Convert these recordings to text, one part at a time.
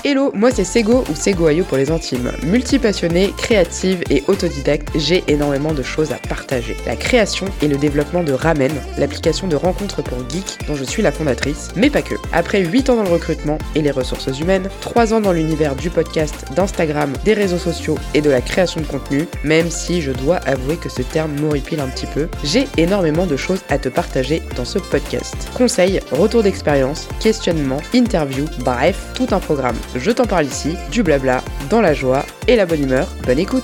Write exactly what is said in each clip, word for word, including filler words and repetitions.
Hello, moi c'est Sego ou Segoayo pour les intimes. Multipassionnée, créative et autodidacte, j'ai énormément de choses à partager. La création et le développement de Ramen, l'application de rencontres pour geeks dont je suis la fondatrice, mais pas que. Après huit ans dans le recrutement et les ressources humaines, trois ans dans l'univers du podcast, d'Instagram, des réseaux sociaux et de la création de contenu, même si je dois avouer que ce terme m'horripile un petit peu, j'ai énormément de choses à te partager dans ce podcast. Conseils, retours d'expérience, questionnements, interviews, bref, tout un programme. Je t'en parle ici, du blabla, dans la joie et la bonne humeur. Bonne écoute!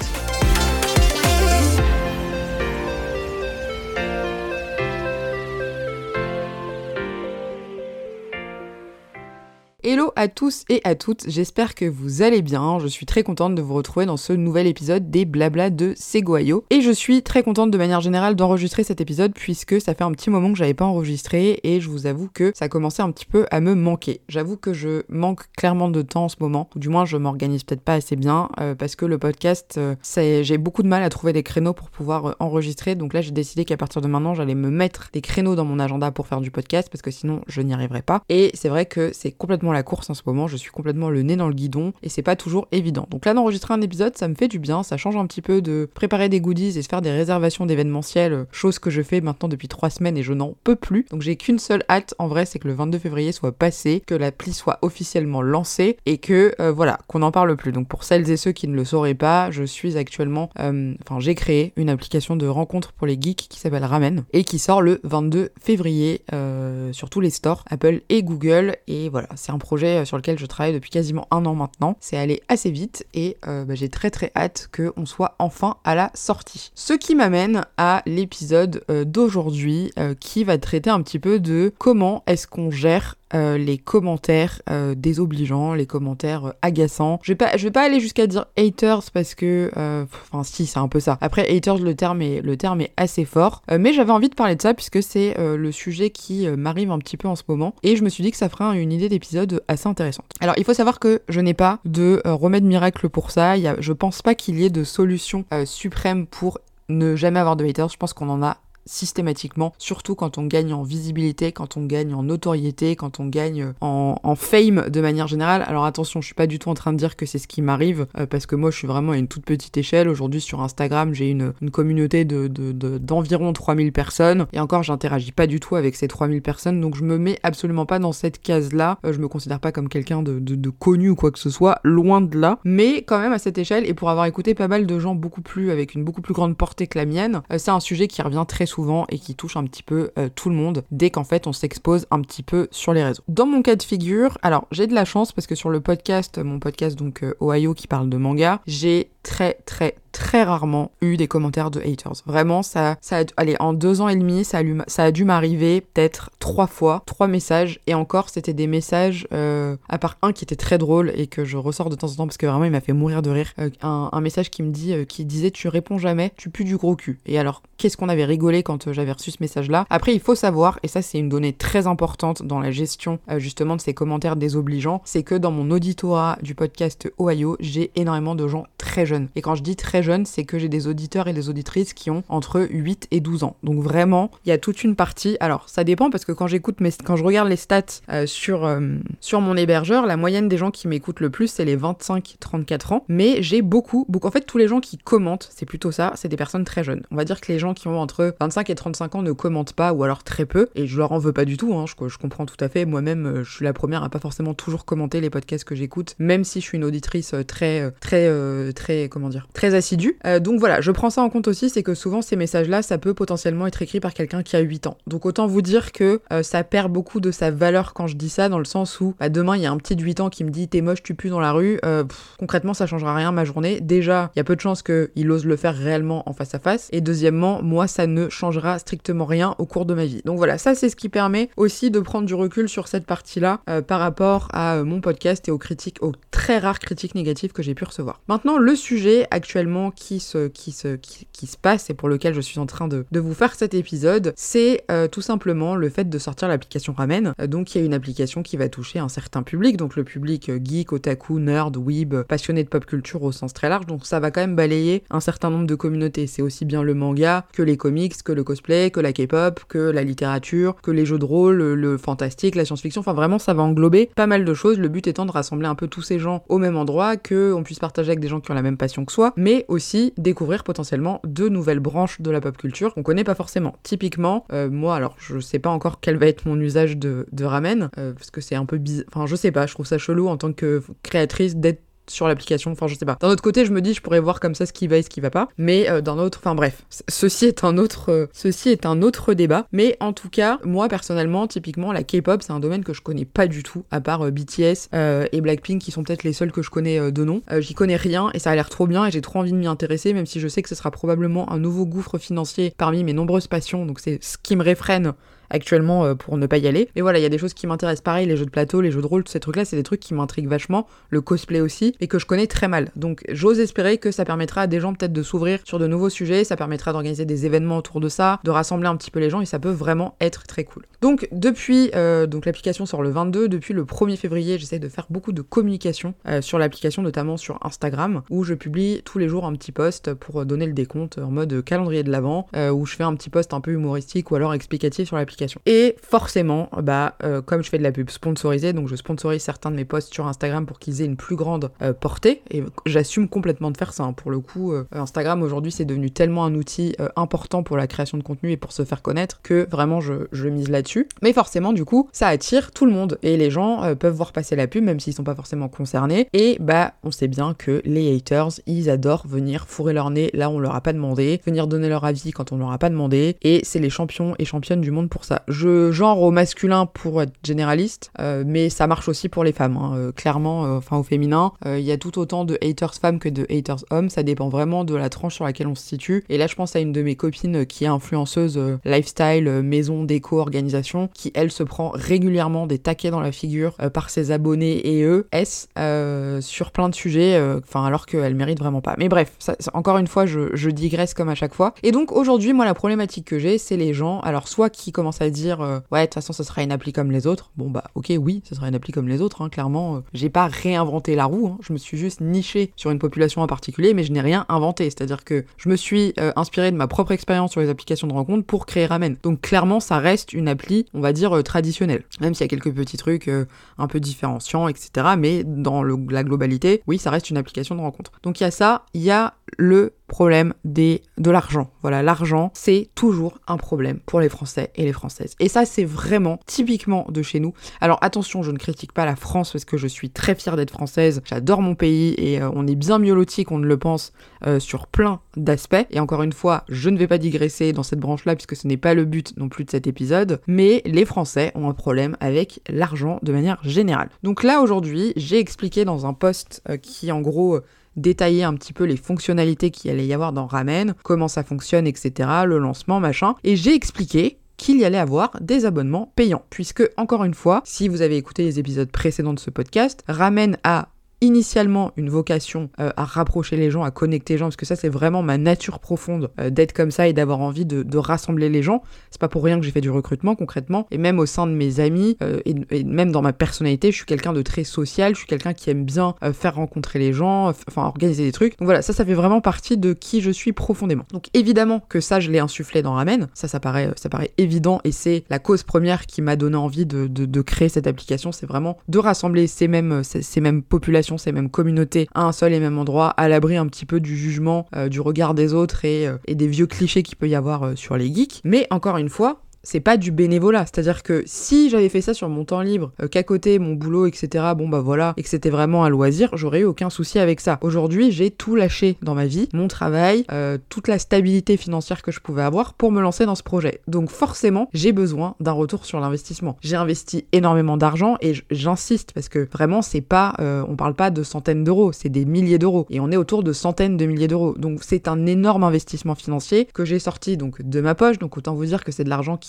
Hello à tous et à toutes, j'espère que vous allez bien, je suis très contente de vous retrouver dans ce nouvel épisode des blabla de Segoayo et je suis très contente de manière générale d'enregistrer cet épisode puisque ça fait un petit moment que j'avais pas enregistré et je vous avoue que ça commençait un petit peu à me manquer. J'avoue que je manque clairement de temps en ce moment, ou du moins je m'organise peut-être pas assez bien euh, parce que le podcast, euh, c'est... j'ai beaucoup de mal à trouver des créneaux pour pouvoir euh, enregistrer, donc là j'ai décidé qu'à partir de maintenant j'allais me mettre des créneaux dans mon agenda pour faire du podcast parce que sinon je n'y arriverai pas et c'est vrai que c'est complètement la course en ce moment, je suis complètement le nez dans le guidon et c'est pas toujours évident. Donc là d'enregistrer un épisode, ça me fait du bien, ça change un petit peu de préparer des goodies et de faire des réservations d'événementiels, chose que je fais maintenant depuis trois semaines et je n'en peux plus. Donc j'ai qu'une seule hâte en vrai, c'est que le vingt-deux février soit passé, que l'appli soit officiellement lancée et que euh, voilà, qu'on n'en parle plus. Donc pour celles et ceux qui ne le sauraient pas, je suis actuellement, euh, enfin j'ai créé une application de rencontre pour les geeks qui s'appelle Ramen et qui sort le vingt-deux février euh, sur tous les stores Apple et Google et voilà, c'est un projet sur lequel je travaille depuis quasiment un an maintenant. C'est allé assez vite et euh, bah, j'ai très très hâte qu'on soit enfin à la sortie. Ce qui m'amène à l'épisode euh, d'aujourd'hui euh, qui va traiter un petit peu de comment est-ce qu'on gère Euh, les commentaires euh, désobligeants, les commentaires euh, agaçants. Je vais pas, je vais pas aller jusqu'à dire haters parce que, enfin euh, si, c'est un peu ça. Après haters, le terme est, le terme est assez fort, euh, mais j'avais envie de parler de ça puisque c'est euh, le sujet qui euh, m'arrive un petit peu en ce moment et je me suis dit que ça ferait une idée d'épisode assez intéressante. Alors il faut savoir que je n'ai pas de euh, remède miracle pour ça. Il y a, je pense pas qu'il y ait de solution euh, suprême pour ne jamais avoir de haters. Je pense qu'on en a systématiquement, surtout quand on gagne en visibilité, quand on gagne en notoriété, quand on gagne en, en fame de manière générale. Alors attention, je suis pas du tout en train de dire que c'est ce qui m'arrive, euh, parce que moi je suis vraiment à une toute petite échelle. Aujourd'hui sur Instagram, j'ai une, une communauté de, de, de, d'environ trois mille personnes, et encore j'interagis pas du tout avec ces trois mille personnes, donc je me mets absolument pas dans cette case-là. Euh, je me considère pas comme quelqu'un de, de, de connu ou quoi que ce soit, loin de là, mais quand même à cette échelle, et pour avoir écouté pas mal de gens beaucoup plus, avec une beaucoup plus grande portée que la mienne, euh, c'est un sujet qui revient très souvent souvent et qui touche un petit peu euh, tout le monde dès qu'en fait on s'expose un petit peu sur les réseaux. Dans mon cas de figure, alors j'ai de la chance parce que sur le podcast, mon podcast donc euh, Ohio qui parle de manga, j'ai très très très rarement eu des commentaires de haters. Vraiment, ça, ça a, allez, en deux ans et demi, ça a, ça a dû m'arriver peut-être trois fois, trois messages, et encore, c'était des messages, euh, à part un qui était très drôle et que je ressors de temps en temps parce que vraiment, il m'a fait mourir de rire. Euh, un, un message qui me dit, euh, qui disait, tu réponds jamais, tu pues du gros cul. Et alors, qu'est-ce qu'on avait rigolé quand euh, j'avais reçu ce message-là. Après, il faut savoir, et ça, c'est une donnée très importante dans la gestion, euh, justement, de ces commentaires désobligeants, c'est que dans mon auditorat du podcast Ohio, j'ai énormément de gens très jeunes. Et quand je dis très jeunes, c'est que j'ai des auditeurs et des auditrices qui ont entre huit et douze ans. Donc vraiment, il y a toute une partie. Alors, ça dépend parce que quand j'écoute mes, quand je regarde les stats euh, sur, euh, sur mon hébergeur, la moyenne des gens qui m'écoutent le plus, c'est les vingt-cinq trente-quatre ans. Mais j'ai beaucoup, beaucoup. En fait, tous les gens qui commentent, c'est plutôt ça, c'est des personnes très jeunes. On va dire que les gens qui ont entre vingt-cinq et trente-cinq ans ne commentent pas ou alors très peu. Et je leur en veux pas du tout, hein. je, je comprends tout à fait. Moi-même, je suis la première à pas forcément toujours commenter les podcasts que j'écoute, même si je suis une auditrice très, très, euh, très, comment dire, très assidue. Euh, donc voilà, je prends ça en compte aussi, c'est que souvent ces messages-là, ça peut potentiellement être écrit par quelqu'un qui a huit ans. Donc autant vous dire que euh, ça perd beaucoup de sa valeur quand je dis ça, dans le sens où bah, demain il y a un petit de huit ans qui me dit t'es moche, tu pues dans la rue, euh, pff, concrètement ça changera rien ma journée. Déjà, il y a peu de chances qu'il ose le faire réellement en face à face, et deuxièmement, moi ça ne changera strictement rien au cours de ma vie. Donc voilà, ça c'est ce qui permet aussi de prendre du recul sur cette partie-là euh, par rapport à euh, mon podcast et aux critiques, aux très rares critiques négatives que j'ai pu recevoir. Maintenant, le sujet sujet actuellement qui se, qui se, qui, qui se passe et pour lequel je suis en train de, de vous faire cet épisode, c'est euh, tout simplement le fait de sortir l'application Ramen. Euh, donc il y a une application qui va toucher un certain public, donc le public euh, geek, otaku, nerd, weeb, passionné de pop culture au sens très large, donc ça va quand même balayer un certain nombre de communautés. C'est aussi bien le manga, que les comics, que le cosplay, que la K-pop, que la littérature, que les jeux de rôle, le, le fantastique, la science-fiction, enfin vraiment ça va englober pas mal de choses, le but étant de rassembler un peu tous ces gens au même endroit, qu'on puisse partager avec des gens qui ont la même passion que soi, mais aussi découvrir potentiellement de nouvelles branches de la pop culture qu'on connaît pas forcément. Typiquement, euh, moi alors je sais pas encore quel va être mon usage de, de Ramen, euh, parce que c'est un peu bizarre, enfin je sais pas, je trouve ça chelou en tant que créatrice d'être sur l'application, enfin je sais pas. D'un autre côté, je me dis je pourrais voir comme ça ce qui va et ce qui va pas, mais euh, d'un autre, enfin bref, c- ceci est un autre euh, ceci est un autre débat, mais en tout cas, moi personnellement, typiquement la K-pop, c'est un domaine que je connais pas du tout à part euh, B T S euh, et Blackpink qui sont peut-être les seuls que je connais euh, de nom. Euh, j'y connais rien et ça a l'air trop bien et j'ai trop envie de m'y intéresser, même si je sais que ce sera probablement un nouveau gouffre financier parmi mes nombreuses passions, donc c'est ce qui me réfrène actuellement euh, pour ne pas y aller. Mais voilà, il y a des choses qui m'intéressent, pareil, les jeux de plateau, les jeux de rôle, tous ces trucs-là, c'est des trucs qui m'intriguent vachement, le cosplay aussi, et que je connais très mal. Donc j'ose espérer que ça permettra à des gens peut-être de s'ouvrir sur de nouveaux sujets, ça permettra d'organiser des événements autour de ça, de rassembler un petit peu les gens, et ça peut vraiment être très cool. Donc depuis, euh, donc l'application sort le vingt-deux, depuis le premier février, j'essaie de faire beaucoup de communication euh, sur l'application, notamment sur Instagram, où je publie tous les jours un petit post pour donner le décompte en mode calendrier de l'avent, euh, où je fais un petit post un peu humoristique ou alors explicatif sur l'application. Et forcément, bah, euh, comme je fais de la pub sponsorisée, donc je sponsorise certains de mes posts sur Instagram pour qu'ils aient une plus grande euh, portée, et j'assume complètement de faire ça, hein. Pour le coup, euh, Instagram aujourd'hui c'est devenu tellement un outil euh, important pour la création de contenu et pour se faire connaître que vraiment je, je mise là-dessus. Mais forcément, du coup, ça attire tout le monde, et les gens euh, peuvent voir passer la pub même s'ils sont pas forcément concernés, et bah, on sait bien que les haters, ils adorent venir fourrer leur nez là où on leur a pas demandé, venir donner leur avis quand on leur a pas demandé, et c'est les champions et championnes du monde pour ça. Je genre au masculin pour être généraliste, euh, mais ça marche aussi pour les femmes, hein. euh, clairement, euh, enfin au féminin, il euh, y a tout autant de haters femmes que de haters hommes, ça dépend vraiment de la tranche sur laquelle on se situe, et là je pense à une de mes copines qui est influenceuse euh, lifestyle, euh, maison, déco, organisation, qui elle se prend régulièrement des taquets dans la figure euh, par ses abonnés et eux, S, euh, sur plein de sujets, enfin euh, alors qu'elle mérite vraiment pas. Mais bref, ça, ça, encore une fois, je, je digresse comme à chaque fois. Et donc aujourd'hui, moi la problématique que j'ai, c'est les gens, alors soit qui commencent à dire euh, ouais de toute façon ce sera une appli comme les autres, bon bah ok oui ce sera une appli comme les autres, hein, clairement euh, j'ai pas réinventé la roue, hein, je me suis juste nichée sur une population en particulier, mais je n'ai rien inventé, c'est-à-dire que je me suis euh, inspirée de ma propre expérience sur les applications de rencontre pour créer Ramen, donc clairement ça reste une appli on va dire euh, traditionnelle, même s'il y a quelques petits trucs euh, un peu différenciants etc, mais dans le, la globalité oui ça reste une application de rencontre. Donc il y a ça, il y a le problème des, de l'argent. Voilà, l'argent, c'est toujours un problème pour les Français et les Françaises. Et ça, c'est vraiment typiquement de chez nous. Alors attention, je ne critique pas la France parce que je suis très fière d'être française, j'adore mon pays et euh, on est bien mieux lotis qu'on ne le pense euh, sur plein d'aspects. Et encore une fois, je ne vais pas digresser dans cette branche-là puisque ce n'est pas le but non plus de cet épisode, mais les Français ont un problème avec l'argent de manière générale. Donc là, aujourd'hui, j'ai expliqué dans un post euh, qui, en gros, euh, détailler un petit peu les fonctionnalités qu'il allait y avoir dans Ramen, comment ça fonctionne, et cetera, le lancement, machin. Et j'ai expliqué qu'il y allait avoir des abonnements payants. Puisque, encore une fois, si vous avez écouté les épisodes précédents de ce podcast, Ramen a initialement une vocation euh, à rapprocher les gens, à connecter les gens, parce que ça c'est vraiment ma nature profonde euh, d'être comme ça et d'avoir envie de, de rassembler les gens. C'est pas pour rien que j'ai fait du recrutement concrètement, et même au sein de mes amis euh, et, et même dans ma personnalité, je suis quelqu'un de très social, je suis quelqu'un qui aime bien euh, faire rencontrer les gens, enfin organiser des trucs. Donc voilà, ça ça fait vraiment partie de qui je suis profondément. Donc évidemment que ça je l'ai insufflé dans Ramen, ça ça paraît, ça paraît évident et c'est la cause première qui m'a donné envie de, de, de créer cette application, c'est vraiment de rassembler ces mêmes, ces, ces mêmes populations, ces mêmes communautés à un seul et même endroit, à l'abri un petit peu du jugement, euh, du regard des autres et, euh, et des vieux clichés qu'il peut y avoir euh, sur les geeks. Mais encore une fois, c'est pas du bénévolat, c'est-à-dire que si j'avais fait ça sur mon temps libre, euh, qu'à côté mon boulot, et cetera, bon bah voilà, et que c'était vraiment un loisir, j'aurais eu aucun souci avec ça. Aujourd'hui, j'ai tout lâché dans ma vie, mon travail, euh, toute la stabilité financière que je pouvais avoir pour me lancer dans ce projet. Donc forcément, j'ai besoin d'un retour sur l'investissement. J'ai investi énormément d'argent et j'insiste parce que vraiment c'est pas, euh, on parle pas de centaines d'euros, c'est des milliers d'euros et on est autour de centaines de milliers d'euros. Donc c'est un énorme investissement financier que j'ai sorti donc de ma poche. Donc autant vous dire que c'est de l'argent qui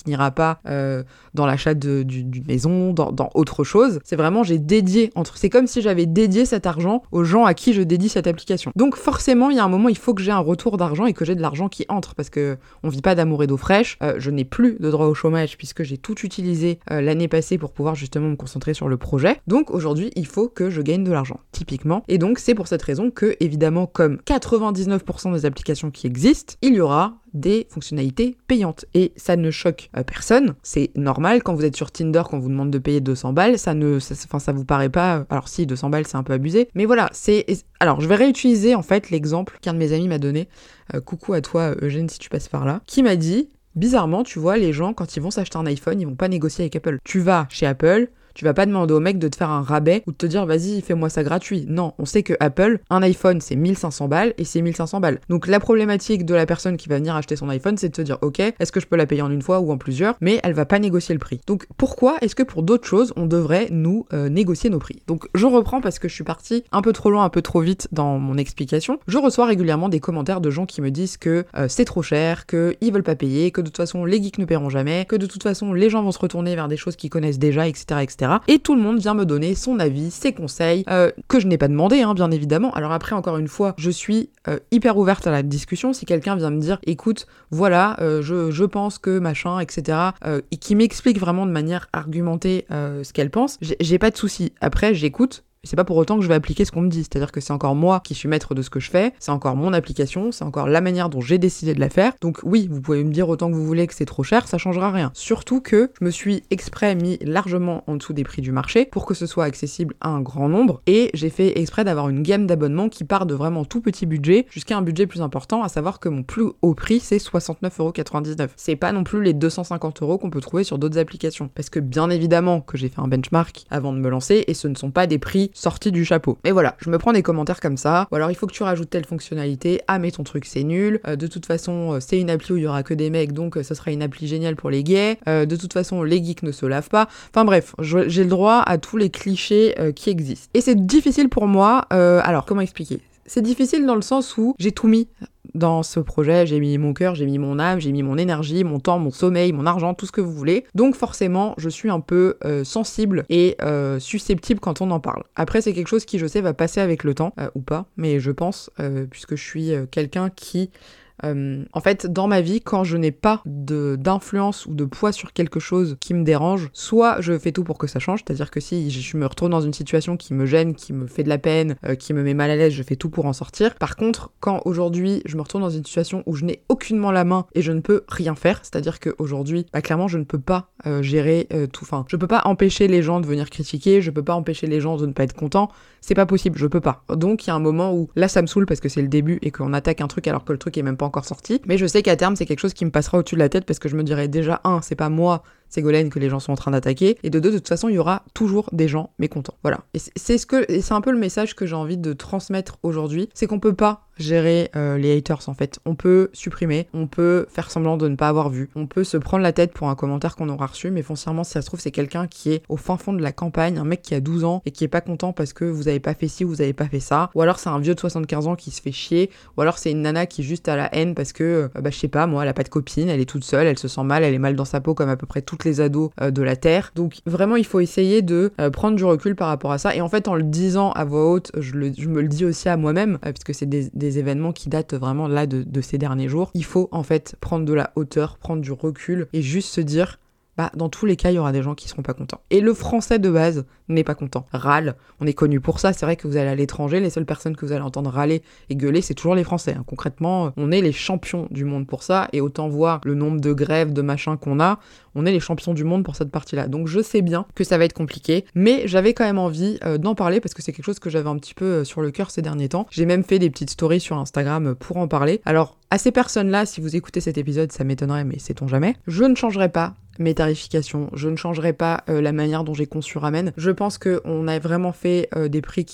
finira pas euh, dans l'achat de, du, d'une maison, dans, dans autre chose. C'est vraiment, j'ai dédié, entre, c'est comme si j'avais dédié cet argent aux gens à qui je dédie cette application. Donc forcément, il y a un moment, il faut que j'ai un retour d'argent et que j'ai de l'argent qui entre, parce que on vit pas d'amour et d'eau fraîche. Euh, je n'ai plus de droit au chômage puisque j'ai tout utilisé euh, l'année passée pour pouvoir justement me concentrer sur le projet. Donc aujourd'hui, il faut que je gagne de l'argent, typiquement. Et donc c'est pour cette raison que, évidemment, comme quatre-vingt-dix-neuf pour cent des applications qui existent, il y aura des fonctionnalités payantes. Et ça ne choque euh, personne. C'est normal, quand vous êtes sur Tinder, quand on vous demande de payer deux cents balles, ça ne, ça, enfin, ça vous paraît pas... Euh, alors si, deux cents balles, c'est un peu abusé. Mais voilà, c'est... Alors, je vais réutiliser, en fait, l'exemple qu'un de mes amis m'a donné. Euh, coucou à toi, Eugène, si tu passes par là. Qui m'a dit, bizarrement, tu vois, les gens, quand ils vont s'acheter un iPhone, ils vont pas négocier avec Apple. Tu vas chez Apple... Tu vas pas demander au mec de te faire un rabais ou de te dire vas-y fais-moi ça gratuit. Non, on sait que Apple, un iPhone c'est mille cinq cents balles et c'est mille cinq cents balles. Donc la problématique de la personne qui va venir acheter son iPhone, c'est de te dire ok, est-ce que je peux la payer en une fois ou en plusieurs, mais elle va pas négocier le prix. Donc pourquoi est-ce que pour d'autres choses on devrait nous euh, négocier nos prix? Donc je reprends parce que je suis partie un peu trop loin, un peu trop vite dans mon explication. Je reçois régulièrement des commentaires de gens qui me disent que euh, c'est trop cher, qu'ils veulent pas payer, que de toute façon les geeks ne paieront jamais, que de toute façon les gens vont se retourner vers des choses qu'ils connaissent déjà, et cetera, et cetera. Et tout le monde vient me donner son avis, ses conseils, euh, que je n'ai pas demandé, hein, bien évidemment. Alors après, encore une fois, je suis euh, hyper ouverte à la discussion. Si quelqu'un vient me dire, écoute, voilà, euh, je, je pense que machin, et cetera, euh, et qui m'explique vraiment de manière argumentée euh, ce qu'elle pense, j'ai, j'ai pas de souci. Après, j'écoute. C'est pas pour autant que je vais appliquer ce qu'on me dit, c'est-à-dire que c'est encore moi qui suis maître de ce que je fais, c'est encore mon application, c'est encore la manière dont j'ai décidé de la faire. Donc oui, vous pouvez me dire autant que vous voulez que c'est trop cher, ça changera rien. Surtout que je me suis exprès mis largement en dessous des prix du marché pour que ce soit accessible à un grand nombre, et j'ai fait exprès d'avoir une gamme d'abonnements qui part de vraiment tout petit budget jusqu'à un budget plus important, à savoir que mon plus haut prix c'est soixante-neuf euros quatre-vingt-dix-neuf. C'est pas non plus les deux cent cinquante euros qu'on peut trouver sur d'autres applications, parce que bien évidemment que j'ai fait un benchmark avant de me lancer, et ce ne sont pas des prix sorti du chapeau. Et voilà, je me prends des commentaires comme ça, ou alors il faut que tu rajoutes telle fonctionnalité, ah mais ton truc c'est nul, euh, de toute façon euh, c'est une appli où il y aura que des mecs, donc euh, ça sera une appli géniale pour les gays, euh, de toute façon les geeks ne se lavent pas, enfin bref, je, j'ai le droit à tous les clichés euh, qui existent. Et c'est difficile pour moi, euh, alors comment expliquer ? C'est difficile dans le sens où j'ai tout mis dans ce projet, j'ai mis mon cœur, j'ai mis mon âme, j'ai mis mon énergie, mon temps, mon sommeil, mon argent, tout ce que vous voulez. Donc forcément, je suis un peu euh, sensible et euh, susceptible quand on en parle. Après, c'est quelque chose qui, je sais, va passer avec le temps, euh, ou pas, mais je pense, euh, puisque je suis euh, quelqu'un qui... Euh, en fait, dans ma vie, quand je n'ai pas de, d'influence ou de poids sur quelque chose qui me dérange, soit je fais tout pour que ça change, c'est-à-dire que si je me retrouve dans une situation qui me gêne, qui me fait de la peine, euh, qui me met mal à l'aise, je fais tout pour en sortir. Par contre, quand aujourd'hui je me retrouve dans une situation où je n'ai aucunement la main et je ne peux rien faire, c'est-à-dire qu'aujourd'hui, bah, clairement, je ne peux pas euh, gérer euh, tout, enfin, je peux pas empêcher les gens de venir critiquer, je peux pas empêcher les gens de ne pas être contents, c'est pas possible, je peux pas. Donc il y a un moment où, là ça me saoule parce que c'est le début et qu'on attaque un truc alors que le truc est même pas encore sorti, mais je sais qu'à terme c'est quelque chose qui me passera au-dessus de la tête parce que je me dirais déjà, un, c'est pas moi, Ségolène, que les gens sont en train d'attaquer, et de deux, de toute façon il y aura toujours des gens mécontents. Voilà. Et c'est ce que, et c'est un peu le message que j'ai envie de transmettre aujourd'hui, c'est qu'on peut pas gérer euh, les haters en fait. On peut supprimer, on peut faire semblant de ne pas avoir vu, on peut se prendre la tête pour un commentaire qu'on aura reçu, mais foncièrement si ça se trouve c'est quelqu'un qui est au fin fond de la campagne, un mec qui a douze ans et qui est pas content parce que vous avez pas fait ci ou vous avez pas fait ça, ou alors c'est un vieux de soixante-quinze ans qui se fait chier, ou alors c'est une nana qui juste a la haine parce que euh, bah je sais pas moi, elle a pas de copine, elle est toute seule, elle se sent mal, elle est mal dans sa peau comme à peu près toutes les ados euh, de la terre. Donc vraiment il faut essayer de euh, prendre du recul par rapport à ça, et en fait en le disant à voix haute, je, le, je me le dis aussi à moi-même, euh, puisque c'est des, des événements qui datent vraiment là de, de ces derniers jours. Il faut en fait prendre de la hauteur, prendre du recul et juste se dire bah dans tous les cas il y aura des gens qui seront pas contents. Et le français de base n'est pas content, râle, on est connu pour ça. C'est vrai que vous allez à l'étranger, les seules personnes que vous allez entendre râler et gueuler c'est toujours les Français, hein. Concrètement on est les champions du monde pour ça, et autant voir le nombre de grèves, de machins qu'on a, on est les champions du monde pour cette partie-là. Donc je sais bien que ça va être compliqué, mais j'avais quand même envie euh, d'en parler parce que c'est quelque chose que j'avais un petit peu euh, sur le cœur ces derniers temps. J'ai même fait des petites stories sur Instagram pour en parler. Alors à ces personnes-là, si vous écoutez cet épisode, ça m'étonnerait, mais sait-on jamais, je ne changerai pas mes tarifications, je ne changerai pas euh, la manière dont j'ai conçu Ramen. Je pense qu'on a vraiment fait euh, des prix qui sont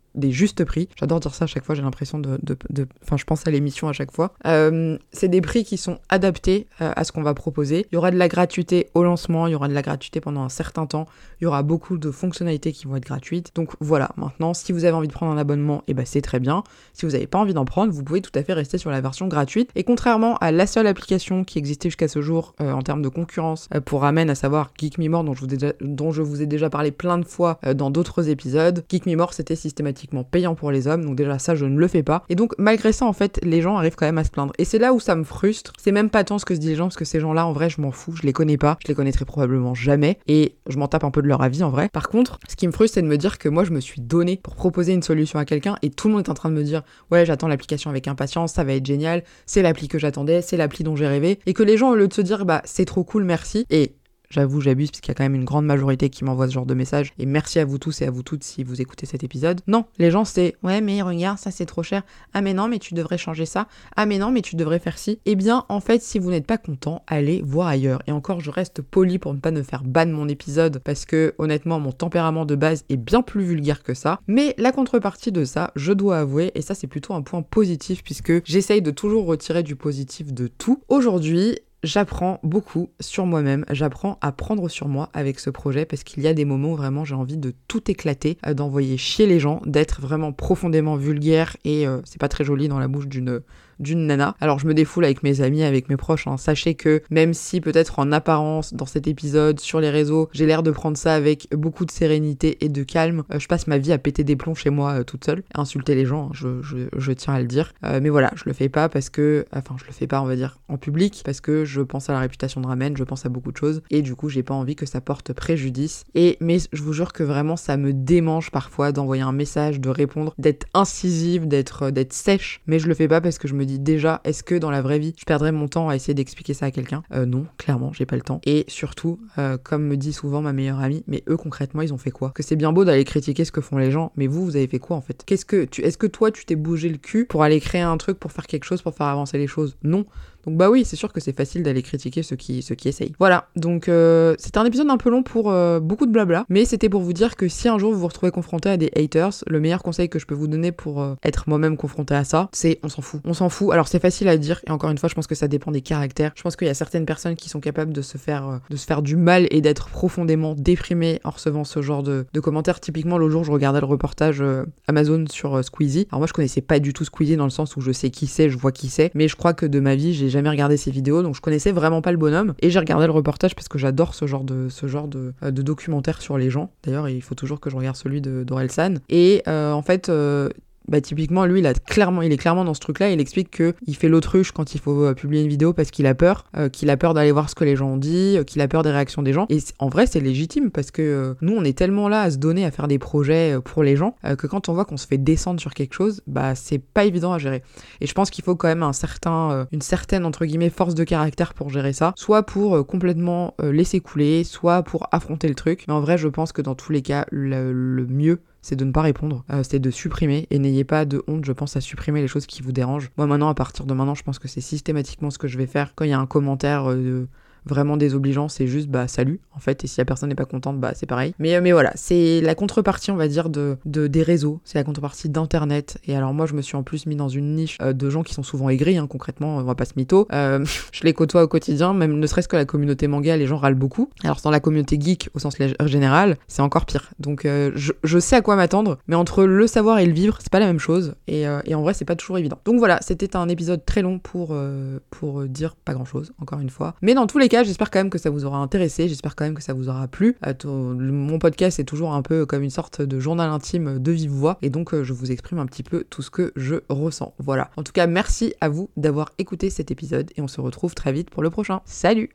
des justes prix. J'adore dire ça à chaque fois, j'ai l'impression de... de, de... Enfin, je pense à l'émission à chaque fois. Euh, c'est des prix qui sont adaptés euh, à ce qu'on va proposer. Il y aura de la gratuité au lancement, il y aura de la gratuité pendant un certain temps, il y aura beaucoup de fonctionnalités qui vont être gratuites. Donc voilà, maintenant, si vous avez envie de prendre un abonnement, eh ben, c'est très bien. Si vous n'avez pas envie d'en prendre, vous pouvez tout à fait rester sur la version gratuite. Et contrairement à la seule application qui existait jusqu'à ce jour euh, en termes de concurrence euh, pour Ramen, à savoir Geek Me More, dont je vous ai déjà, dont je vous ai déjà parlé plein de fois euh, dans d'autres épisodes, Geek Me More, c'était systématiquement payant pour les hommes, donc déjà ça je ne le fais pas. Et donc malgré ça en fait les gens arrivent quand même à se plaindre. Et c'est là où ça me frustre. C'est même pas tant ce que se disent les gens, parce que ces gens-là en vrai je m'en fous, je les connais pas, je les connaîtrai probablement jamais et je m'en tape un peu de leur avis en vrai. Par contre, ce qui me frustre c'est de me dire que moi je me suis donné pour proposer une solution à quelqu'un et tout le monde est en train de me dire ouais j'attends l'application avec impatience, ça va être génial, c'est l'appli que j'attendais, c'est l'appli dont j'ai rêvé, et que les gens au lieu de se dire bah c'est trop cool merci, et j'avoue, j'abuse parce qu'il y a quand même une grande majorité qui m'envoie ce genre de messages. Et merci à vous tous et à vous toutes si vous écoutez cet épisode. Non, les gens c'est « Ouais, mais regarde, ça c'est trop cher. Ah mais non, mais tu devrais changer ça. Ah mais non, mais tu devrais faire ci. » Eh bien, en fait, si vous n'êtes pas content, allez voir ailleurs. Et encore, je reste poli pour ne pas me faire ban mon épisode parce que, honnêtement, mon tempérament de base est bien plus vulgaire que ça. Mais la contrepartie de ça, je dois avouer, et ça c'est plutôt un point positif puisque j'essaye de toujours retirer du positif de tout. Aujourd'hui, j'apprends beaucoup sur moi-même, j'apprends à prendre sur moi avec ce projet parce qu'il y a des moments où vraiment j'ai envie de tout éclater, euh, d'envoyer chier les gens, d'être vraiment profondément vulgaire et euh, c'est pas très joli dans la bouche d'une... d'une nana. Alors je me défoule avec mes amis, avec mes proches, hein. Sachez que même si peut-être en apparence dans cet épisode sur les réseaux j'ai l'air de prendre ça avec beaucoup de sérénité et de calme, euh, je passe ma vie à péter des plombs chez moi euh, toute seule, à insulter les gens, hein, je, je, je tiens à le dire. Euh, mais voilà, je le fais pas parce que, enfin je le fais pas on va dire en public, parce que je pense à la réputation de Ramen, je pense à beaucoup de choses et du coup j'ai pas envie que ça porte préjudice. Et mais je vous jure que vraiment ça me démange parfois d'envoyer un message, de répondre, d'être incisive, d'être, d'être sèche, mais je le fais pas parce que je me dis déjà, est-ce que dans la vraie vie, je perdrais mon temps à essayer d'expliquer ça à quelqu'un ? euh, Non, clairement, j'ai pas le temps. Et surtout, euh, comme me dit souvent ma meilleure amie, mais eux concrètement, ils ont fait quoi ? Que c'est bien beau d'aller critiquer ce que font les gens, mais vous, vous avez fait quoi en fait ? Qu'est-ce que tu, est-ce que toi, tu t'es bougé le cul pour aller créer un truc, pour faire quelque chose, pour faire avancer les choses ? Non. Donc bah oui, c'est sûr que c'est facile d'aller critiquer ceux qui, ceux qui essayent. Voilà, donc euh, c'était un épisode un peu long pour euh, beaucoup de blabla, mais c'était pour vous dire que si un jour vous vous retrouvez confronté à des haters, le meilleur conseil que je peux vous donner pour euh, être moi-même confronté à ça, c'est on s'en fout. On s'en fout. Alors c'est facile à dire, et encore une fois, je pense que ça dépend des caractères. Je pense qu'il y a certaines personnes qui sont capables de se faire, euh, de se faire du mal et d'être profondément déprimées en recevant ce genre de, de commentaires. Typiquement, l'autre jour, je regardais le reportage euh, Amazon sur euh, Squeezie. Alors moi, je connaissais pas du tout Squeezie dans le sens où je sais qui c'est, je vois qui c'est, mais je crois que de ma vie, j'ai jamais regardé ses vidéos, donc je connaissais vraiment pas le bonhomme, et j'ai regardé le reportage parce que j'adore ce genre de ce genre de, euh, de documentaire sur les gens. D'ailleurs, il faut toujours que je regarde celui de d'Orelsan. Et euh, en fait, euh, bah typiquement lui il a clairement il est clairement dans ce truc là, il explique que il fait l'autruche quand il faut euh, publier une vidéo parce qu'il a peur euh, qu'il a peur d'aller voir ce que les gens ont dit, euh, qu'il a peur des réactions des gens, et en vrai c'est légitime parce que euh, nous on est tellement là à se donner à faire des projets euh, pour les gens euh, que quand on voit qu'on se fait descendre sur quelque chose, bah c'est pas évident à gérer, et je pense qu'il faut quand même un certain euh, une certaine entre guillemets force de caractère pour gérer ça, soit pour euh, complètement euh, laisser couler, soit pour affronter le truc. Mais en vrai je pense que dans tous les cas le, le mieux c'est de ne pas répondre, euh, c'est de supprimer, et n'ayez pas de honte, je pense, à supprimer les choses qui vous dérangent. Moi maintenant, à partir de maintenant, je pense que c'est systématiquement ce que je vais faire quand il y a un commentaire euh, vraiment désobligeant, c'est juste bah salut en fait, et si la personne n'est pas contente, bah c'est pareil. Mais, mais voilà, c'est la contrepartie on va dire de, de des réseaux, c'est la contrepartie d'internet. Et alors moi je me suis en plus mis dans une niche euh, de gens qui sont souvent aigris, hein, concrètement, on va pas se mytho, euh, je les côtoie au quotidien, même ne serait-ce que la communauté manga, les gens râlent beaucoup. Alors dans la communauté geek au sens général, c'est encore pire. Donc euh, je, je sais à quoi m'attendre, mais entre le savoir et le vivre, c'est pas la même chose, et, euh, et en vrai c'est pas toujours évident. Donc voilà, c'était un épisode très long pour, euh, pour dire pas grand chose, encore une fois. Mais dans tous les cas, j'espère quand même que ça vous aura intéressé, j'espère quand même que ça vous aura plu. Euh, ton, le, mon podcast est toujours un peu comme une sorte de journal intime de vive voix, et donc euh, je vous exprime un petit peu tout ce que je ressens. Voilà. En tout cas, merci à vous d'avoir écouté cet épisode, et on se retrouve très vite pour le prochain. Salut!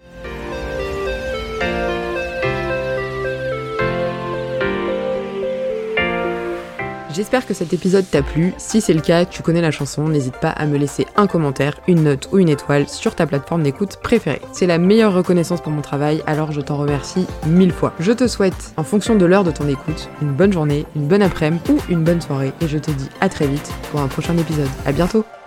J'espère que cet épisode t'a plu. Si c'est le cas, tu connais la chanson, n'hésite pas à me laisser un commentaire, une note ou une étoile sur ta plateforme d'écoute préférée. C'est la meilleure reconnaissance pour mon travail, alors je t'en remercie mille fois. Je te souhaite, en fonction de l'heure de ton écoute, une bonne journée, une bonne après-midi ou une bonne soirée, et je te dis à très vite pour un prochain épisode. À bientôt!